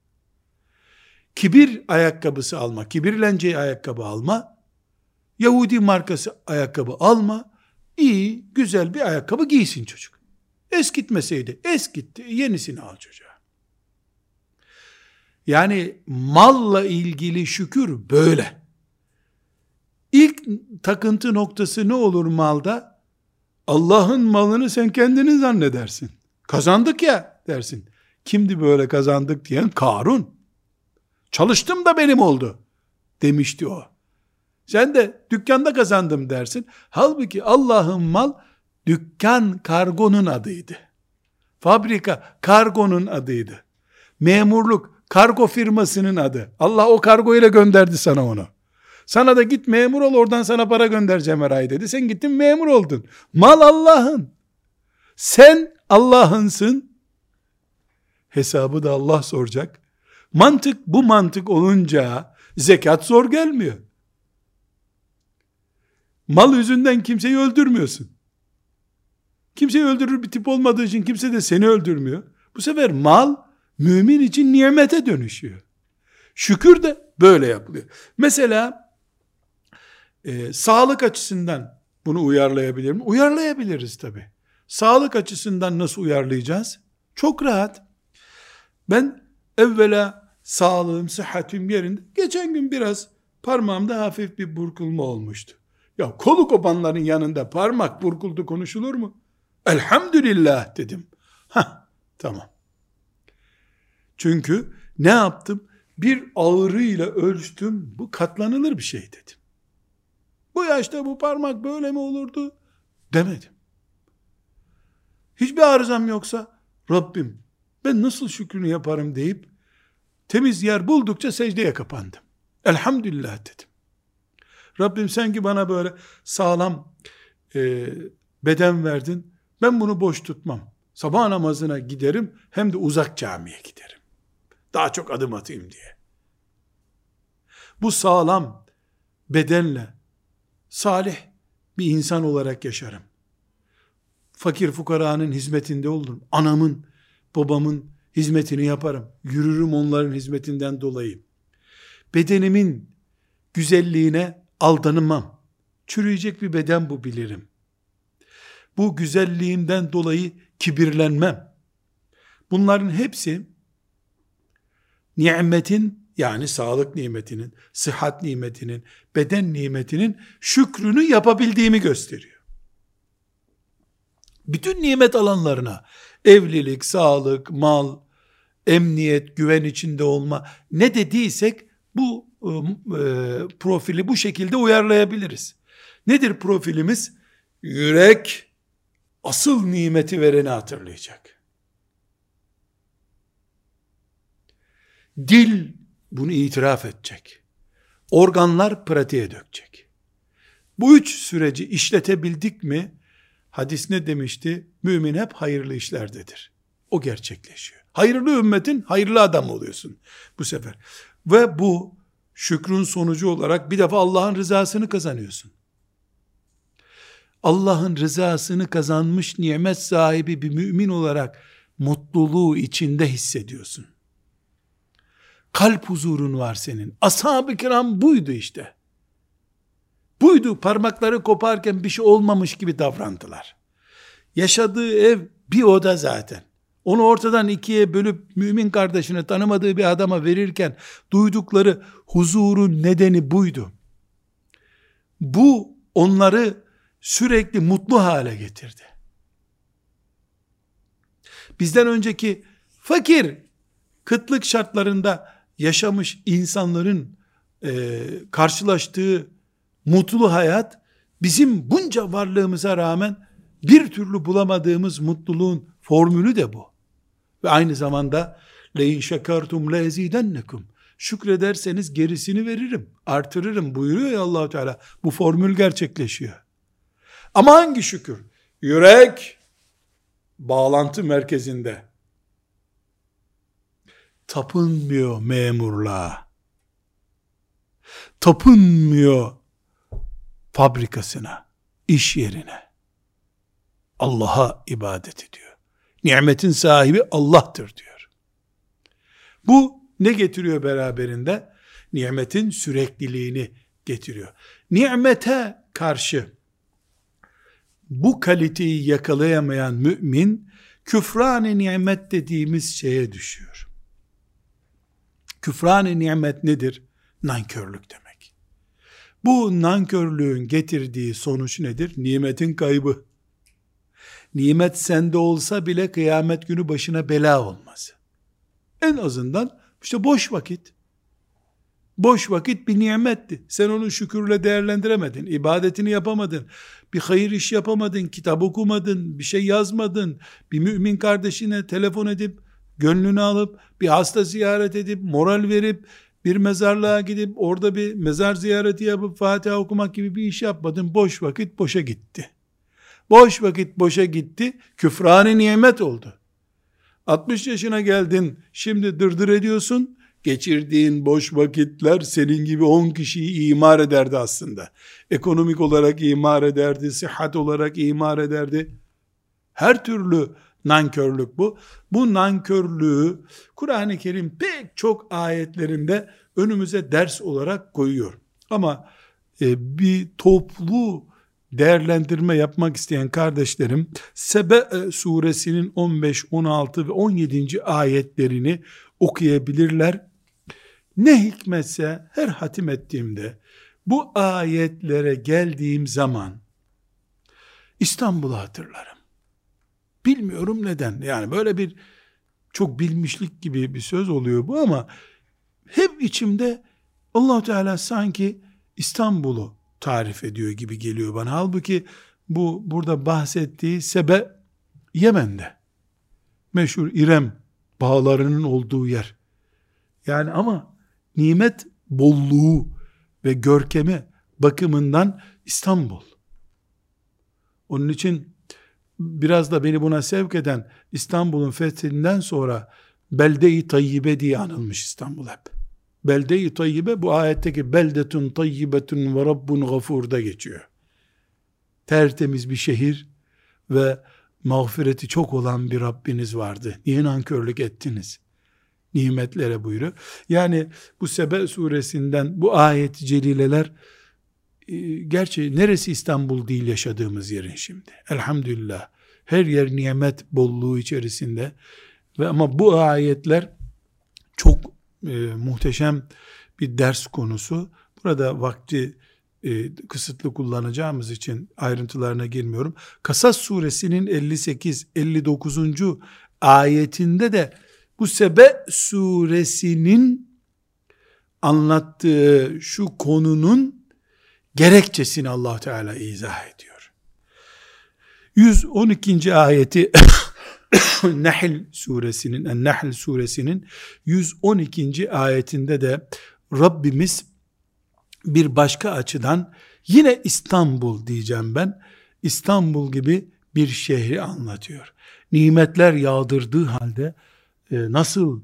Kibir ayakkabısı alma, kibirlenceyi ayakkabı alma, Yahudi markası ayakkabı alma, iyi, güzel bir ayakkabı giysin çocuk. Eskitmeseydi, eskitti, yenisini al çocuğa. Yani malla ilgili şükür böyle. İlk takıntı noktası ne olur malda? Allah'ın malını sen kendini zannedersin. Kazandık ya dersin. Kimdi böyle kazandık diyen? Karun. Çalıştım da benim oldu demişti o. Sen de dükkanda kazandım dersin. Halbuki Allah'ın mal, dükkan kargonun adıydı. Fabrika kargonun adıydı. Memurluk kargo firmasının adı. Allah o kargoyla gönderdi sana onu. Sana da git memur ol, oradan sana para göndereceğim her ay dedi. Sen gittin memur oldun. Mal Allah'ın. Sen Allah'ınsın. Hesabı da Allah soracak. Bu mantık olunca zekat zor gelmiyor. Mal yüzünden kimseyi öldürmüyorsun. Kimseyi öldürür bir tip olmadığı için kimse de seni öldürmüyor. Bu sefer mal mümin için nimete dönüşüyor. Şükür de böyle yapılıyor. Mesela sağlık açısından bunu uyarlayabilir mi? Uyarlayabiliriz tabii. Sağlık açısından nasıl uyarlayacağız? Çok rahat. Ben evvela sağlığım, sıhhatim yerinde. Geçen gün biraz parmağımda hafif bir burkulma olmuştu. Ya kolu kopanların yanında parmak burkuldu konuşulur mu? Elhamdülillah dedim. Tamam. Çünkü ne yaptım? Bir ağrıyla ölçtüm. Bu katlanılır bir şey dedim. Bu yaşta bu parmak böyle mi olurdu? Demedim. Hiçbir arızam yoksa Rabbim ben nasıl şükrünü yaparım deyip temiz yer buldukça secdeye kapandım. Elhamdülillah dedim. Rabbim sen ki bana böyle sağlam beden verdin. Ben bunu boş tutmam. Sabah namazına giderim hem de uzak camiye giderim. Daha çok adım atayım diye. Bu sağlam bedenle salih bir insan olarak yaşarım. Fakir fukaranın hizmetinde olurum. Anamın, babamın hizmetini yaparım. Yürürüm onların hizmetinden dolayı. Bedenimin güzelliğine aldanmam. Çürüyecek bir beden bu bilirim. Bu güzelliğimden dolayı kibirlenmem. Bunların hepsi nimetin, yani sağlık nimetinin, sıhhat nimetinin, beden nimetinin şükrünü yapabildiğimi gösteriyor. Bütün nimet alanlarına, evlilik, sağlık, mal, emniyet, güven içinde olma, ne dediysek bu profili bu şekilde uyarlayabiliriz. Nedir profilimiz? Yürek asıl nimeti vereni hatırlayacak. Dil bunu itiraf edecek. Organlar pratiğe dökecek. Bu üç süreci işletebildik mi, hadis ne demişti? Mümin hep hayırlı işlerdedir. O gerçekleşiyor. Hayırlı ümmetin hayırlı adamı oluyorsun bu sefer. Ve bu şükrün sonucu olarak bir defa Allah'ın rızasını kazanıyorsun. Allah'ın rızasını kazanmış nimet sahibi bir mümin olarak mutluluğu içinde hissediyorsun. Kalp huzurun var senin. Ashab-ı kiram buydu işte. Buydu, parmakları koparken bir şey olmamış gibi davrandılar. Yaşadığı ev bir oda zaten. Onu ortadan ikiye bölüp mümin kardeşine tanımadığı bir adama verirken duydukları huzurun nedeni buydu. Bu onları sürekli mutlu hale getirdi. Bizden önceki fakir, kıtlık şartlarında yaşamış insanların karşılaştığı mutlu hayat, bizim bunca varlığımıza rağmen bir türlü bulamadığımız mutluluğun formülü de bu. Ve aynı zamanda lein şekertum lezidennekum, şükrederseniz gerisini veririm, artırırım buyuruyor ya Allah Teala. Bu formül gerçekleşiyor. Ama hangi şükür? Yürek bağlantı merkezinde. Tapınmıyor memurluğa. Tapınmıyor fabrikasına, iş yerine. Allah'a ibadet ediyor. Nimetin sahibi Allah'tır diyor. Bu ne getiriyor beraberinde? Nimetin sürekliliğini getiriyor. Nimete karşı bu kaliteyi yakalayamayan mümin, küfran-ı nimet dediğimiz şeye düşüyor. Küfran-ı nimet nedir? Nankörlük demek. Bu nankörlüğün getirdiği sonuç nedir? Nimetin kaybı. Nimet sende olsa bile kıyamet günü başına bela olmaz. En azından işte boş vakit. Boş vakit bir nimetti. Sen onu şükürle değerlendiremedin. İbadetini yapamadın. Bir hayır iş yapamadın. Kitap okumadın. Bir şey yazmadın. Bir mümin kardeşine telefon edip, gönlünü alıp, bir hasta ziyaret edip, moral verip, bir mezarlığa gidip, orada bir mezar ziyareti yapıp, Fatiha okumak gibi bir iş yapmadın. Boş vakit boşa gitti. Boş vakit boşa gitti. Küfran-ı nimet oldu. 60 yaşına geldin. Şimdi dırdır ediyorsun. Geçirdiğin boş vakitler senin gibi 10 kişiyi imar ederdi aslında. Ekonomik olarak imar ederdi, sıhhat olarak imar ederdi. Her türlü nankörlük bu. Bu nankörlüğü Kur'an-ı Kerim pek çok ayetlerinde önümüze ders olarak koyuyor. Ama bir toplu değerlendirme yapmak isteyen kardeşlerim, Sebe suresinin 15, 16 ve 17. ayetlerini okuyabilirler. Ne hikmetse her hatim ettiğimde, bu ayetlere geldiğim zaman İstanbul'u hatırlarım. Bilmiyorum neden. Yani böyle bir çok bilmişlik gibi bir söz oluyor bu, ama hep içimde Allah Teala sanki İstanbul'u tarif ediyor gibi geliyor bana. Halbuki bu burada bahsettiği Sebe Yemen'de. Meşhur İrem bağlarının olduğu yer. Yani ama nimet bolluğu ve görkemi bakımından İstanbul. Onun için biraz da beni buna sevk eden, İstanbul'un fethinden sonra Belde-i Tayyibe diye anılmış İstanbul hep. Belde-i Tayyibe, bu ayetteki beldetun tayyibetun ve rabbun gafur'da geçiyor. Tertemiz bir şehir ve mağfireti çok olan bir Rabbiniz vardı. Niye nankörlük ettiniz? Nimetlere buyuruyor. Yani bu Sebe suresinden bu ayet-i celileler, gerçi neresi İstanbul değil yaşadığımız yerin şimdi. Elhamdülillah. Her yer nimet bolluğu içerisinde. Ve ama bu ayetler çok muhteşem bir ders konusu. Burada vakti kısıtlı kullanacağımız için ayrıntılarına girmiyorum. Kasas suresinin 58-59. ayetinde de bu Sebe suresinin anlattığı şu konunun gerekçesini Allah Teala izah ediyor. 112. ayeti Nahl suresinin 112. ayetinde de Rabbimiz bir başka açıdan yine İstanbul diyeceğim ben. İstanbul gibi bir şehri anlatıyor. Nimetler yağdırdığı halde nasıl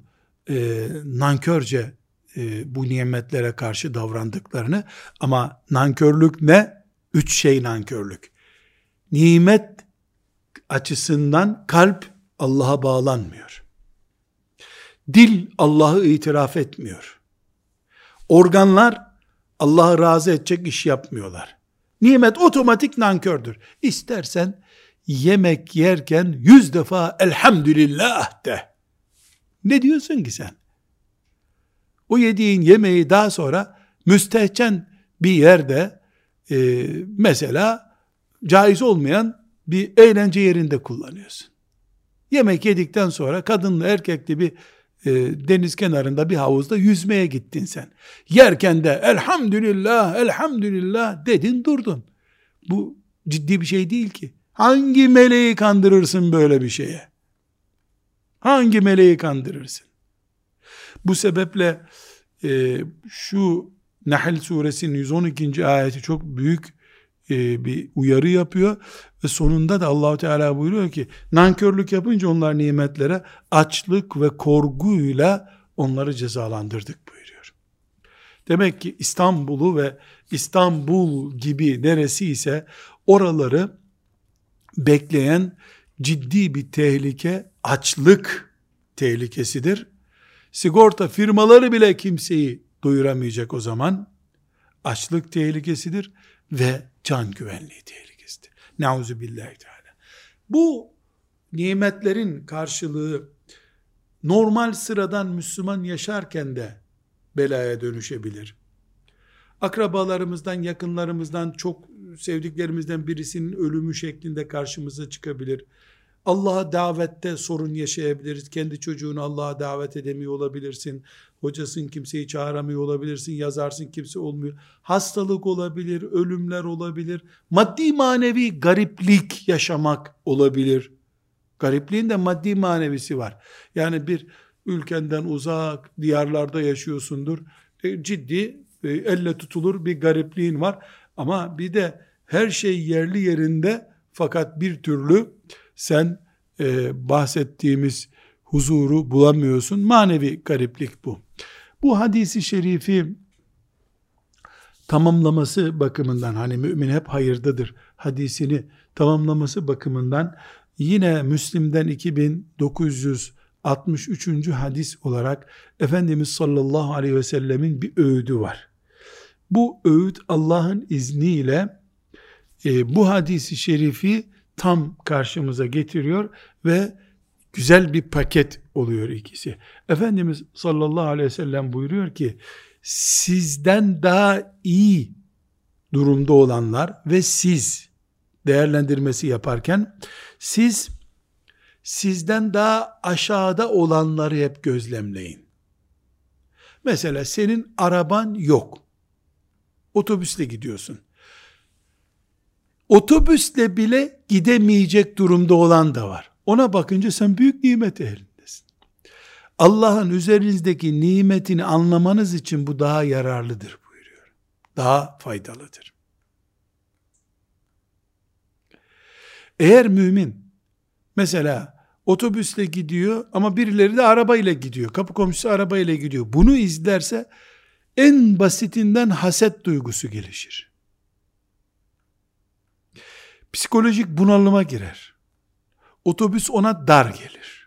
nankörce bu nimetlere karşı davrandıklarını, ama nankörlük ne? 3 şey nankörlük. Nimet açısından kalp Allah'a bağlanmıyor. Dil Allah'ı itiraf etmiyor. Organlar Allah'ı razı edecek iş yapmıyorlar. Nimet otomatik nankördür. İstersen yemek yerken 100 defa elhamdülillah de. Ne diyorsun ki sen? O yediğin yemeği daha sonra müstehcen bir yerde mesela caiz olmayan bir eğlence yerinde kullanıyorsun. Yemek yedikten sonra kadınla erkekli bir deniz kenarında bir havuzda yüzmeye gittin sen. Yerken de elhamdülillah, elhamdülillah dedin durdun. Bu ciddi bir şey değil ki. Hangi meleği kandırırsın böyle bir şeye? Hangi meleği kandırırsın? Bu sebeple şu Nahl suresinin 112. ayeti çok büyük bir uyarı yapıyor ve sonunda da Allahu Teala buyuruyor ki, nankörlük yapınca onlar nimetlere açlık ve korkuyla onları cezalandırdık buyuruyor. Demek ki İstanbul'u ve İstanbul gibi neresi ise oraları bekleyen ciddi bir tehlike açlık tehlikesidir. Sigorta firmaları bile kimseyi doyuramayacak o zaman. Açlık tehlikesidir ve can güvenliği tehlikesidir. Nauzubillahi teala. Bu nimetlerin karşılığı normal sıradan Müslüman yaşarken de belaya dönüşebilir. Akrabalarımızdan, yakınlarımızdan, çok sevdiklerimizden birisinin ölümü şeklinde karşımıza çıkabilir. Allah'a davette sorun yaşayabiliriz. Kendi çocuğunu Allah'a davet edemiyor olabilirsin. Hocasın, kimseyi çağıramıyor olabilirsin. Yazarsın, kimse olmuyor. Hastalık olabilir, ölümler olabilir. Maddi manevi gariplik yaşamak olabilir. Garipliğin de maddi manevisi var. Yani bir ülkenden uzak diyarlarda yaşıyorsundur. Ciddi, elle tutulur bir garipliğin var. Ama bir de her şey yerli yerinde, fakat bir türlü sen bahsettiğimiz huzuru bulamıyorsun. Manevi gariplik bu. Bu hadisi şerifi tamamlaması bakımından, hani mümin hep hayırdadır hadisini tamamlaması bakımından, yine Müslim'den 2963. hadis olarak Efendimiz sallallahu aleyhi ve sellemin bir öğüdü var. Bu öğüt Allah'ın izniyle bu hadisi şerifi tam karşımıza getiriyor ve güzel bir paket oluyor ikisi. Efendimiz sallallahu aleyhi ve sellem buyuruyor ki, sizden daha iyi durumda olanlar ve siz değerlendirmesi yaparken, siz sizden daha aşağıda olanları hep gözlemleyin. Mesela senin araban yok. Otobüsle gidiyorsun. Otobüsle bile gidemeyecek durumda olan da var. Ona bakınca sen büyük nimet ehlindesin. Allah'ın üzerinizdeki nimetini anlamanız için bu daha yararlıdır buyuruyor. Daha faydalıdır. Eğer mümin mesela otobüsle gidiyor ama birileri de arabayla gidiyor. Kapı komşusu arabayla gidiyor. Bunu izlerse en basitinden haset duygusu gelişir. Psikolojik bunalıma girer. Otobüs ona dar gelir.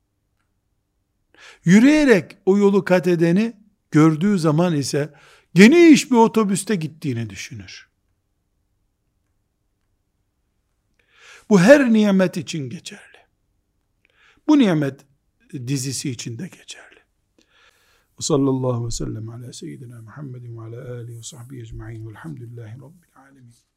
Yürüyerek o yolu kat edeni gördüğü zaman ise geniş bir otobüste gittiğini düşünür. Bu her nimet için geçerli. Bu nimet dizisi için de geçerli. Sallallahu aleyhi ve sellem ala seyyidina Muhammedin ve ala alihi ve sahbihi ecma'in velhamdülillahi rabbil alemin.